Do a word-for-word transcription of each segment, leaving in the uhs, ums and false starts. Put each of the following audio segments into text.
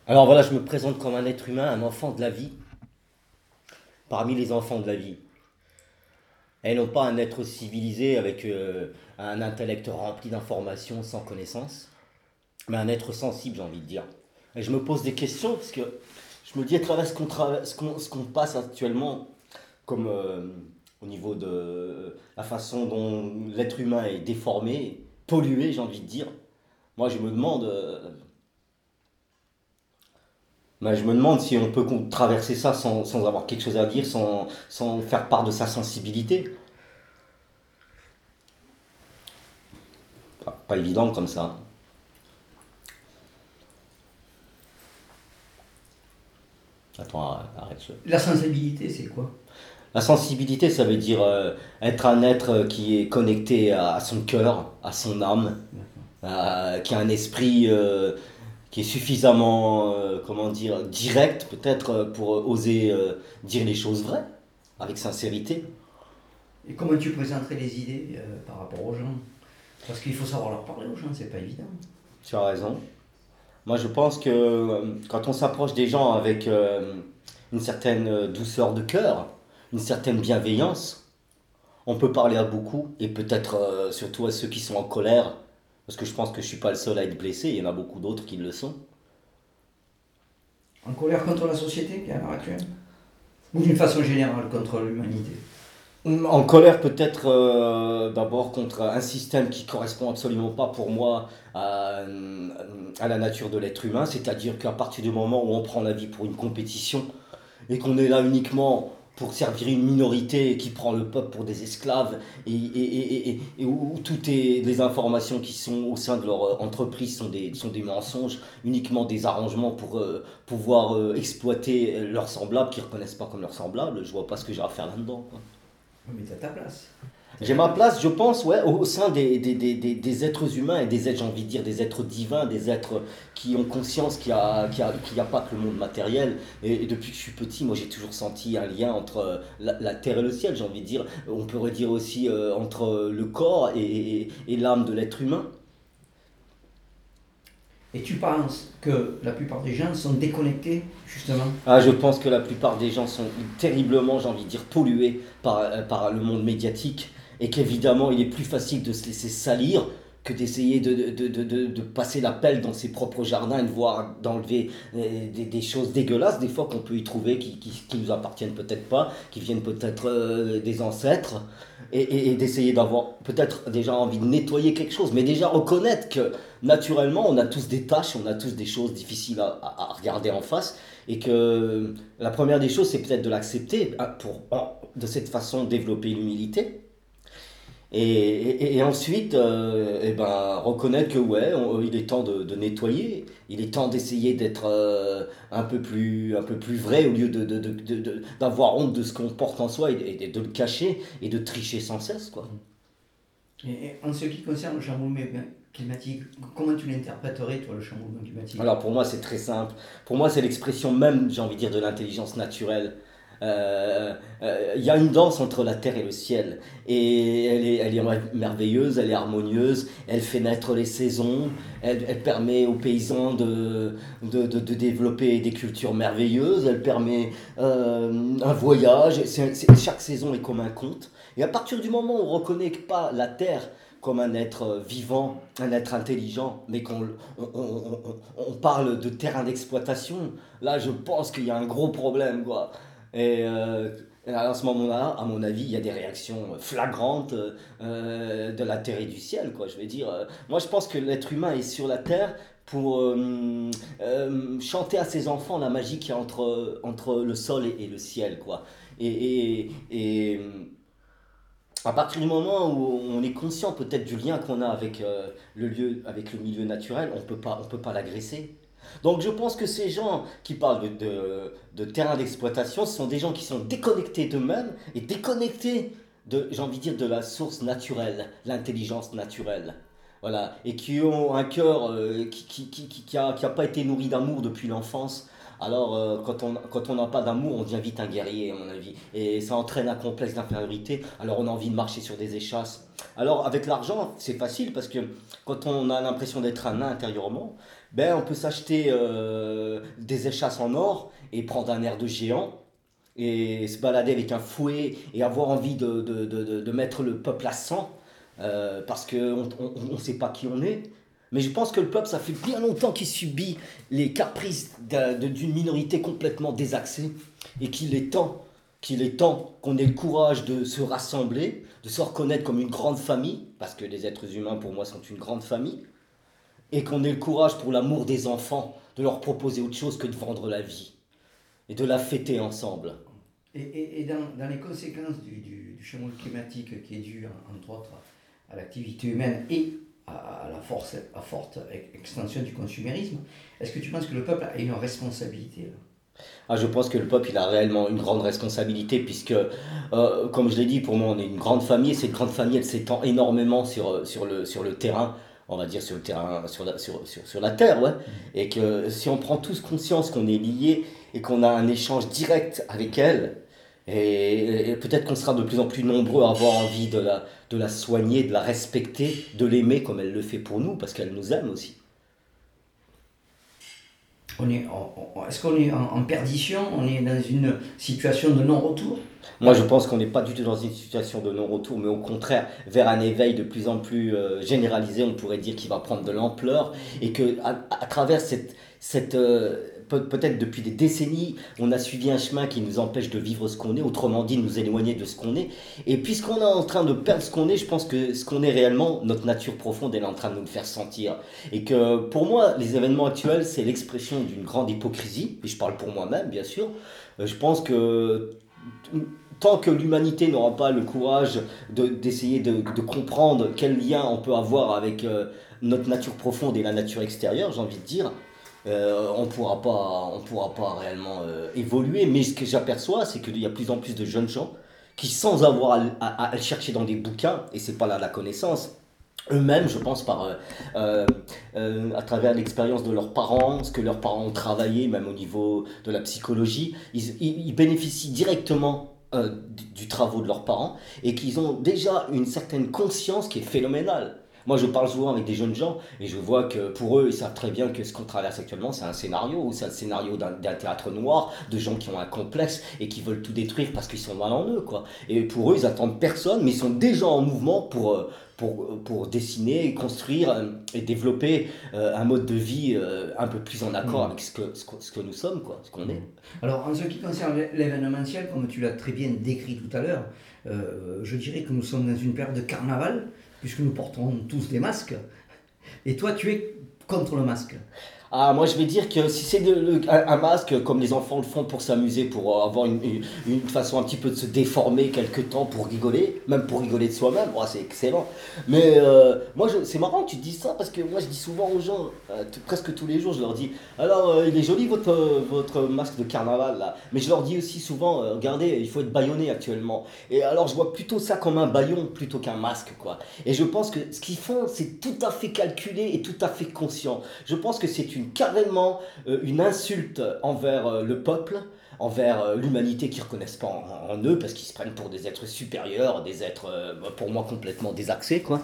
Alors voilà, je me présente comme un être humain, un enfant de la vie, parmi les enfants de la vie. Et non pas un être civilisé avec euh, un intellect rempli d'informations sans connaissance, mais un être sensible, j'ai envie de dire. Et je me pose des questions parce que je me dis à travers ce qu'on trava- ce qu'on- ce qu'on passe actuellement, comme euh, au niveau de la façon dont l'être humain est déformé, pollué, j'ai envie de dire. Moi, je me demande, euh, ben, je me demande si on peut con- traverser ça sans, sans avoir quelque chose à dire, sans, sans faire part de sa sensibilité. Pas, pas évident comme ça. Attends, arrête. La sensibilité, c'est quoi? La sensibilité, ça veut dire euh, être un être qui est connecté à, à son cœur, à son âme, D'accord. euh, qui a un esprit euh, qui est suffisamment, euh, comment dire, direct peut-être euh, pour oser euh, dire les choses vraies, avec sincérité. Et comment tu présenterais les idées euh, par rapport aux gens? Parce qu'il faut savoir leur parler aux gens, c'est pas évident. Tu as raison. Moi, je pense que euh, quand on s'approche des gens avec euh, une certaine euh, douceur de cœur, une certaine bienveillance, on peut parler à beaucoup, et peut-être euh, surtout à ceux qui sont en colère, parce que je pense que je suis pas le seul à être blessé, il y en a beaucoup d'autres qui le sont. En colère contre la société, à l'heure actuelle? Ou d'une façon générale contre l'humanité? En colère peut-être euh, d'abord contre un système qui correspond absolument pas pour moi à, à la nature de l'être humain, c'est-à-dire qu'à partir du moment où on prend la vie pour une compétition, et qu'on est là uniquement pour servir une minorité qui prend le peuple pour des esclaves et, et, et, et, et où toutes les informations qui sont au sein de leur euh, entreprise sont des, sont des mensonges, uniquement des arrangements pour euh, pouvoir euh, exploiter leurs semblables qui ne reconnaissent pas comme leurs semblables, je vois pas ce que j'ai à faire là-dedans, quoi. Mais t'as ta place. T'as J'ai ta ma place. place, je pense, ouais, au sein des, des, des, des, des êtres humains et des êtres, j'ai envie de dire, des êtres divins, des êtres qui ont conscience qu'il n'y a, qu'il y a, qu'il y a pas que le monde matériel. Et, et depuis que je suis petit, moi j'ai toujours senti un lien entre euh, la, la terre et le ciel, j'ai envie de dire. On pourrait dire aussi euh, entre le corps et, et, et l'âme de l'être humain. Et tu penses que la plupart des gens sont déconnectés, justement? Ah, je pense que la plupart des gens sont terriblement, j'ai envie de dire, pollués par, euh, par le monde médiatique et qu'évidemment, il est plus facile de se laisser salir que d'essayer de, de, de, de, de passer la pelle dans ses propres jardins et de voir, d'enlever euh, des, des choses dégueulasses, des fois qu'on peut y trouver qui, qui, qui nous appartiennent peut-être pas, qui viennent peut-être euh, des ancêtres, et, et, et d'essayer d'avoir peut-être déjà envie de nettoyer quelque chose, mais déjà reconnaître que naturellement, on a tous des tâches, on a tous des choses difficiles à, à, à regarder en face et que la première des choses, c'est peut-être de l'accepter hein, pour de cette façon développer l'humilité. Et, et, et ensuite, euh, eh ben, reconnaître que ouais, on- il est temps de, de nettoyer, il est temps d'essayer d'être euh, un peu plus, un peu plus vrai au lieu de, de, de, de- de- d'avoir honte de ce qu'on porte en soi et, et de le cacher et de tricher sans cesse, quoi. Et, et en ce qui concerne le changement climatique, comment tu l'interpréterais, toi, le changement climatique? Alors pour moi, c'est très simple. Pour moi, c'est l'expression même, j'ai envie de dire, de l'intelligence naturelle. Euh, euh, Il y a une danse entre la terre et le ciel. Et elle est, elle est merveilleuse, elle est harmonieuse, elle fait naître les saisons, elle, elle permet aux paysans de, de, de- de développer des cultures merveilleuses, elle permet euh, un voyage. C'est- c'est- chaque saison est comme un conte. Et à partir du moment où on ne reconnaît pas la terre comme un être vivant, un être intelligent, mais qu'on on, on- on- on parle de terrain d'exploitation, là je pense qu'il y a un gros problème, quoi. Et, euh, et à ce moment-là, à mon avis, il y a des réactions flagrantes euh, de la terre et du ciel, quoi. Je vais dire, euh, moi je pense que l'être humain est sur la terre pour euh, euh, chanter à ses enfants la magie qu'il y a entre, entre le sol et, et le ciel, quoi. Et, et, et à partir du moment où on est conscient peut-être du lien qu'on a avec euh, le lieu, avec le milieu naturel, on peut pas, on peut pas l'agresser. Donc je pense que ces gens qui parlent de, de, de terrain d'exploitation, ce sont des gens qui sont déconnectés d'eux-mêmes et déconnectés de, j'ai envie de dire, de la source naturelle, l'intelligence naturelle. Voilà. Et qui ont un cœur euh, qui, qui, qui, qui, qui a, qui a pas été nourri d'amour depuis l'enfance. Alors, euh, quand on quand on n'a pas d'amour, on devient vite un guerrier, à mon avis. Et ça entraîne un complexe d'infériorité. Alors, on a envie de marcher sur des échasses. Alors, avec l'argent, c'est facile parce que quand on a l'impression d'être un nain intérieurement, Ben, on peut s'acheter euh, des échasses en or et prendre un air de géant et se balader avec un fouet et avoir envie de, de, de, de- de mettre le peuple à sang euh, parce qu'on ne sait pas qui on est. Mais je pense que le peuple, ça fait bien longtemps qu'il subit les caprices d'un- de- d'une minorité complètement désaxée et qu'il est temps, qu'il est temps qu'on ait le courage de se rassembler, de se reconnaître comme une grande famille, parce que les êtres humains pour moi sont une grande famille, et qu'on ait le courage pour l'amour des enfants de leur proposer autre chose que de vendre la vie et de la fêter ensemble. Et, et, et dans, dans, les conséquences du, du, du changement climatique qui est dû, entre autres, à l'activité humaine et à, la, force, à forte extension du consumérisme, est-ce que tu penses que le peuple a une responsabilité là? Ah, je pense que le peuple il a réellement une grande responsabilité puisque, euh, comme je l'ai dit, pour moi on est une grande famille et cette grande famille elle s'étend énormément sur, euh, sur, le, sur le terrain, on va dire sur le terrain, sur la, sur, sur, sur la terre, ouais. Et que si on prend tous conscience qu'on est liés et qu'on a un échange direct avec elle, et, et peut-être qu'on sera de plus en plus nombreux à avoir envie de la, de la soigner, de la respecter, de l'aimer comme elle le fait pour nous parce qu'elle nous aime aussi. On est, on- on- est-ce qu'on est en, en perdition? On est dans une situation de non-retour? Moi, je pense qu'on n'est pas du tout dans une situation de non-retour, mais au contraire, vers un éveil de plus en plus euh, généralisé, on pourrait dire qu'il va prendre de l'ampleur, et que à, à travers cette, cette euh, peut- peut-être depuis des décennies, on a suivi un chemin qui nous empêche de vivre ce qu'on est, autrement dit, nous éloigner de ce qu'on est. Et puisqu'on est en train de perdre ce qu'on est, je pense que ce qu'on est réellement, notre nature profonde, elle est en train de nous le faire sentir. Et que pour moi, les événements actuels, c'est l'expression d'une grande hypocrisie, et je parle pour moi-même, bien sûr. Euh, Je pense que tant que l'humanité n'aura pas le courage de- d'essayer de, de comprendre quel lien on peut avoir avec euh, notre nature profonde et la nature extérieure, j'ai envie de dire, euh, on ne pourra pas, on pourra pas réellement euh, évoluer. Mais ce que j'aperçois, c'est qu'il y a de plus en plus de jeunes gens qui, sans avoir à, à- à le chercher dans des bouquins, et c'est pas là la connaissance, eux-mêmes, je pense, par, euh, euh, euh, à travers l'expérience de leurs parents, ce que leurs parents ont travaillé, même au niveau de la psychologie, ils, ils- ils bénéficient directement euh, du, du travaux de leurs parents et qu'ils ont déjà une certaine conscience qui est phénoménale. Moi, je parle souvent avec des jeunes gens et je vois que pour eux, ils savent très bien que ce qu'on traverse actuellement, c'est un scénario, ou c'est un scénario d'un d'un théâtre noir, de gens qui ont un complexe et qui veulent tout détruire parce qu'ils sont mal en eux, quoi. Et pour eux, ils attendent personne, mais ils sont déjà en mouvement pour, euh, pour, pour dessiner, construire euh, et développer euh, un mode de vie euh, un peu plus en accord Hmm. avec ce que, ce que, ce que nous sommes, quoi, ce qu'on Hmm. est. Alors, en ce qui concerne l'é- l'événementiel, comme tu l'as très bien décrit tout à l'heure, euh, je dirais que nous sommes dans une période de carnaval, puisque nous portons tous des masques. Et toi, tu es contre le masque. Ah, moi je vais dire que si c'est de- le- un, un masque comme les enfants le font pour s'amuser, pour euh, avoir une, une, une façon un petit peu de se déformer quelque temps pour rigoler, même pour rigoler de soi-même, oh, c'est excellent. Mais euh, moi je- c'est marrant que tu dis ça parce que moi je dis souvent aux gens, euh, t- presque tous les jours, je leur dis alors euh, il est joli votre, euh, votre masque de carnaval là. Mais je leur dis aussi souvent, euh, regardez, il faut être bâillonné actuellement. Et alors je vois plutôt ça comme un bâillon plutôt qu'un masque quoi. Et je pense que ce qu'ils font c'est tout à fait calculé et tout à fait conscient. Je pense que c'est une, carrément euh, une insulte envers euh, le peuple, envers euh, l'humanité qui ne reconnaissent pas en, en eux parce qu'ils se prennent pour des êtres supérieurs, des êtres euh, pour moi complètement désaxés quoi.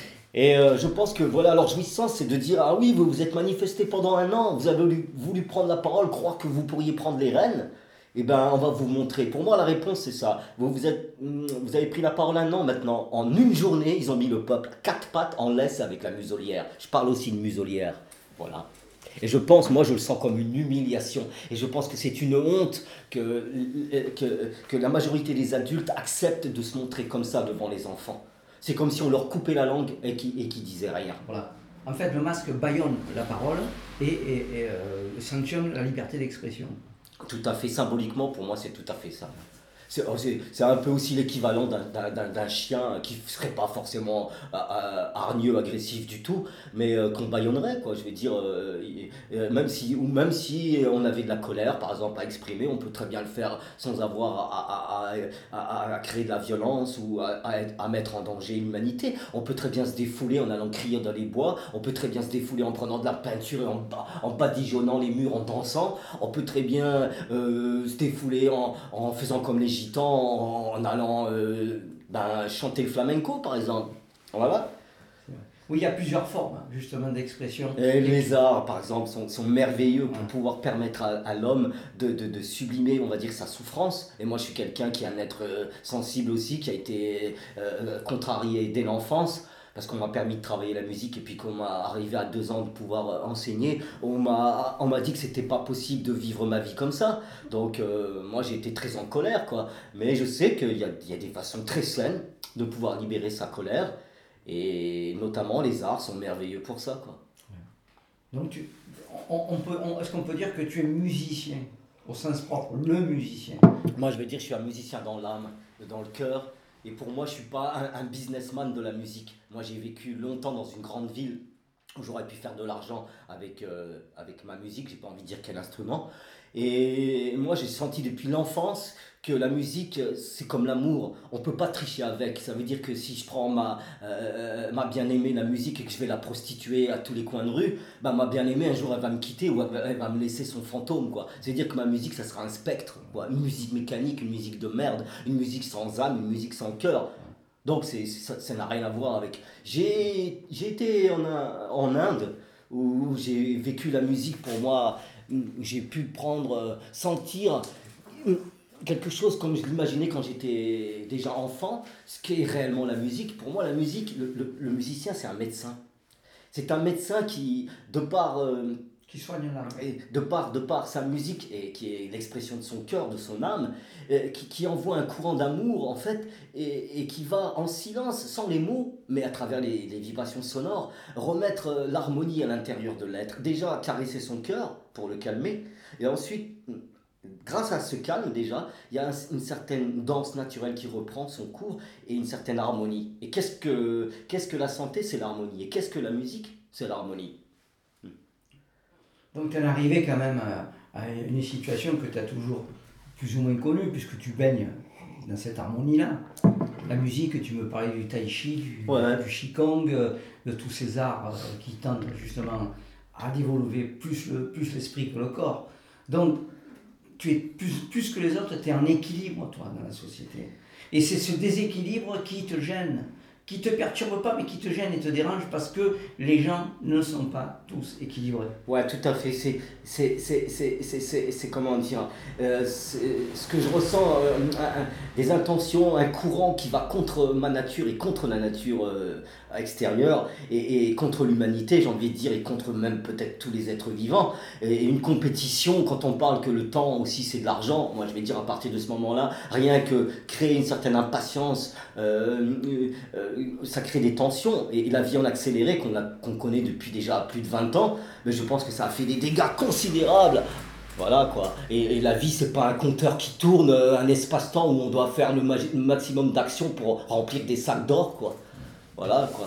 Et euh, je pense que voilà leur jouissance c'est de dire ah oui vous vous êtes manifesté pendant un an, vous avez voulu, voulu prendre la parole, croire que vous pourriez prendre les rênes. Eh ben, on va vous montrer. Pour moi, la réponse, c'est ça. Vous, vous, êtes, vous avez pris la parole un an maintenant. En une journée, ils ont mis le peuple à quatre pattes en laisse avec la muselière. Je parle aussi de muselière. Voilà. Et je pense, moi je le sens comme une humiliation. Et je pense que c'est une honte que, que, que la majorité des adultes acceptent de se montrer comme ça devant les enfants. C'est comme si on leur coupait la langue et qui et qui disaient rien. Voilà. En fait, le masque bâillonne la parole et, et, et, euh, sanctionne la liberté d'expression. Tout à fait, symboliquement, pour moi, c'est tout à fait ça. C'est oh, c'est- c'est un peu aussi l'équivalent d'un d'un- d'un- d'un chien qui serait pas forcément euh, euh, hargneux, agressif du tout, mais euh, qu'on bâillonnerait, quoi. Je vais dire, euh, y- euh, même si, ou même si on avait de la colère, par exemple, à exprimer, on peut très bien le faire sans avoir à, à- à- à- à créer de la violence ou à, à être- à mettre en danger l'humanité. On peut très bien se défouler en allant crier dans les bois, on peut très bien se défouler en prenant de la peinture et en, ba- en badigeonnant les murs, en dansant, on peut très bien euh, se défouler en, en faisant comme les gitans, en, en allant euh, ben, chanter le flamenco par exemple. Voilà. Oui, il y a plusieurs formes, hein, justement, d'expression. Et Et les tu- arts, par exemple, sont, sont merveilleux pour Ouais. pouvoir permettre à, à l'homme de, de, de sublimer, on va dire, sa souffrance. Et moi, je suis quelqu'un qui est un être euh, sensible aussi, qui a été euh, contrarié dès l'enfance, parce qu'on m'a permis de travailler la musique et puis qu'on m'a arrivé à deux ans de pouvoir euh, enseigner. On m'a, on m'a dit que c'était pas possible de vivre ma vie comme ça. Donc, euh, moi, j'ai été très en colère, quoi. Mais je sais qu'il y a, il y a des façons très saines de pouvoir libérer sa colère. Et notamment, les arts sont merveilleux pour ça, quoi. Donc, tu, on, on peut, on- est-ce qu'on peut dire que tu es musicien, au sens propre, le musicien? Moi, je veux dire, je suis un musicien dans l'âme, dans le cœur. Et pour moi, je suis pas un, un businessman de la musique. Moi, j'ai vécu longtemps dans une grande ville où j'aurais pu faire de l'argent avec, euh, avec ma musique. J'ai pas envie de dire quel instrument. Et moi, j'ai senti depuis l'enfance que la musique, euh, c'est comme l'amour. On peut pas tricher avec. Ça veut dire que si je prends ma, euh, ma bien-aimée, la musique, et que je vais la prostituer à tous les coins de rue, bah, ma bien-aimée, un jour, elle va me quitter ou elle va, elle va me laisser son fantôme, quoi. C'est-à-dire que ma musique, ça sera un spectre, quoi. Une musique mécanique, une musique de merde, une musique sans âme, une musique sans cœur. Donc, c'est, ça, ça n'a rien à voir avec. J'ai, j'ai été en, In- en Inde où j'ai vécu la musique pour moi, où j'ai pu prendre, euh, sentir euh, quelque chose comme je l'imaginais quand j'étais déjà enfant, ce qu'est réellement la musique. Pour moi, la musique, le, le- le musicien, c'est un médecin. C'est un médecin qui, de par euh, Qui soigne l'âme. et de par, de par sa musique, et qui est l'expression de son cœur, de son âme, euh, qui, qui envoie un courant d'amour, en fait, et, et qui va en silence, sans les mots, mais à travers les, les vibrations sonores, remettre euh, l'harmonie à l'intérieur de l'être. Déjà, caresser son cœur pour le calmer, et ensuite, grâce à ce calme, déjà, il y a un- une certaine danse naturelle qui reprend son cours, et une certaine harmonie. Et qu'est-ce que, qu'est-ce que la santé? C'est l'harmonie. Et qu'est-ce que la musique? C'est l'harmonie. Donc, tu es arrivé quand même à, à une situation que tu as toujours plus ou moins connue, puisque tu baignes dans cette harmonie-là. La musique, tu me parlais du tai chi, du, Ouais. du qigong, euh, de tous ces arts euh, qui tentent justement à développer plus, le, plus l'esprit que le corps. Donc, tu es plus, plus que les autres, tu es en équilibre, toi, dans la société. Et c'est ce déséquilibre qui te gêne, qui te perturbe pas, mais qui te gêne et te dérange parce que les gens ne sont pas tous équilibrés. Ouais, tout à fait. C'est, c'est, c'est, c'est, c'est, c'est, c'est comment dire, euh, c'est- ce que je ressens, euh, un- un- des intentions, un courant qui va contre ma nature et contre la nature euh, extérieure et, et contre l'humanité, j'ai envie de dire, et contre même peut-être tous les êtres vivants. Et, et une compétition, quand on parle que le temps aussi c'est de l'argent, moi je vais dire à partir de ce moment-là, rien que créer une certaine impatience, euh, euh, euh, ça crée des tensions. Et, et la vie en accéléré qu'on a, qu'on connaît depuis déjà plus de vingt ans, mais je pense que ça a fait des dégâts considérables. Voilà quoi. Et, et la vie, c'est pas un compteur qui tourne, euh, un espace-temps où on doit faire le, magi- le maximum d'actions pour remplir des sacs d'or, quoi. Voilà quoi.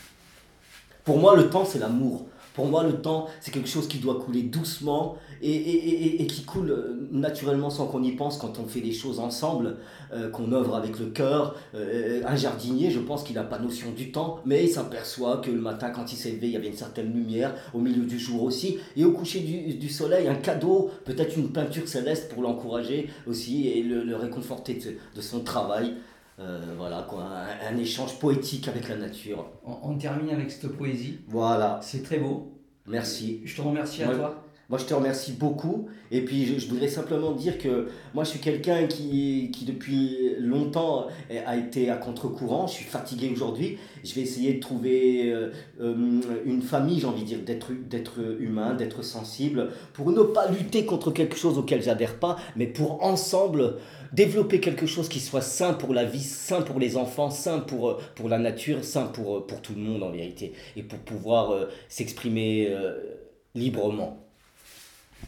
Pour moi, le temps, c'est l'amour. Pour moi, le temps, c'est quelque chose qui doit couler doucement et, et- et- et qui coule euh, naturellement sans qu'on y pense quand on fait des choses ensemble, euh, qu'on œuvre avec le cœur. Euh, un jardinier, je pense qu'il n'a pas notion du temps, mais il s'aperçoit que le matin, quand il s'est levé, il y avait une certaine lumière, au milieu du jour aussi, et au coucher du, du soleil, un cadeau, peut-être une peinture céleste pour l'encourager aussi et le, le réconforter de, de son travail. Euh, voilà quoi, un, un échange poétique avec la nature. On, on termine avec cette poésie. Voilà, C'est très beau. merci. Je te remercie à Moi, toi. moi, je te remercie beaucoup. Et puis, je, je voudrais simplement dire que moi, je suis quelqu'un qui, qui, depuis longtemps, a été à contre-courant. Je suis fatigué aujourd'hui. Je vais essayer de trouver euh, euh, une famille, j'ai envie de dire, d'être, d'être humain, d'être sensible, pour ne pas lutter contre quelque chose auquel j'adhère pas, mais pour ensemble développer quelque chose qui soit sain pour la vie, sain pour les enfants, sain pour, euh, pour la nature, sain pour, euh, pour tout le monde en vérité, et pour pouvoir euh, s'exprimer euh, librement.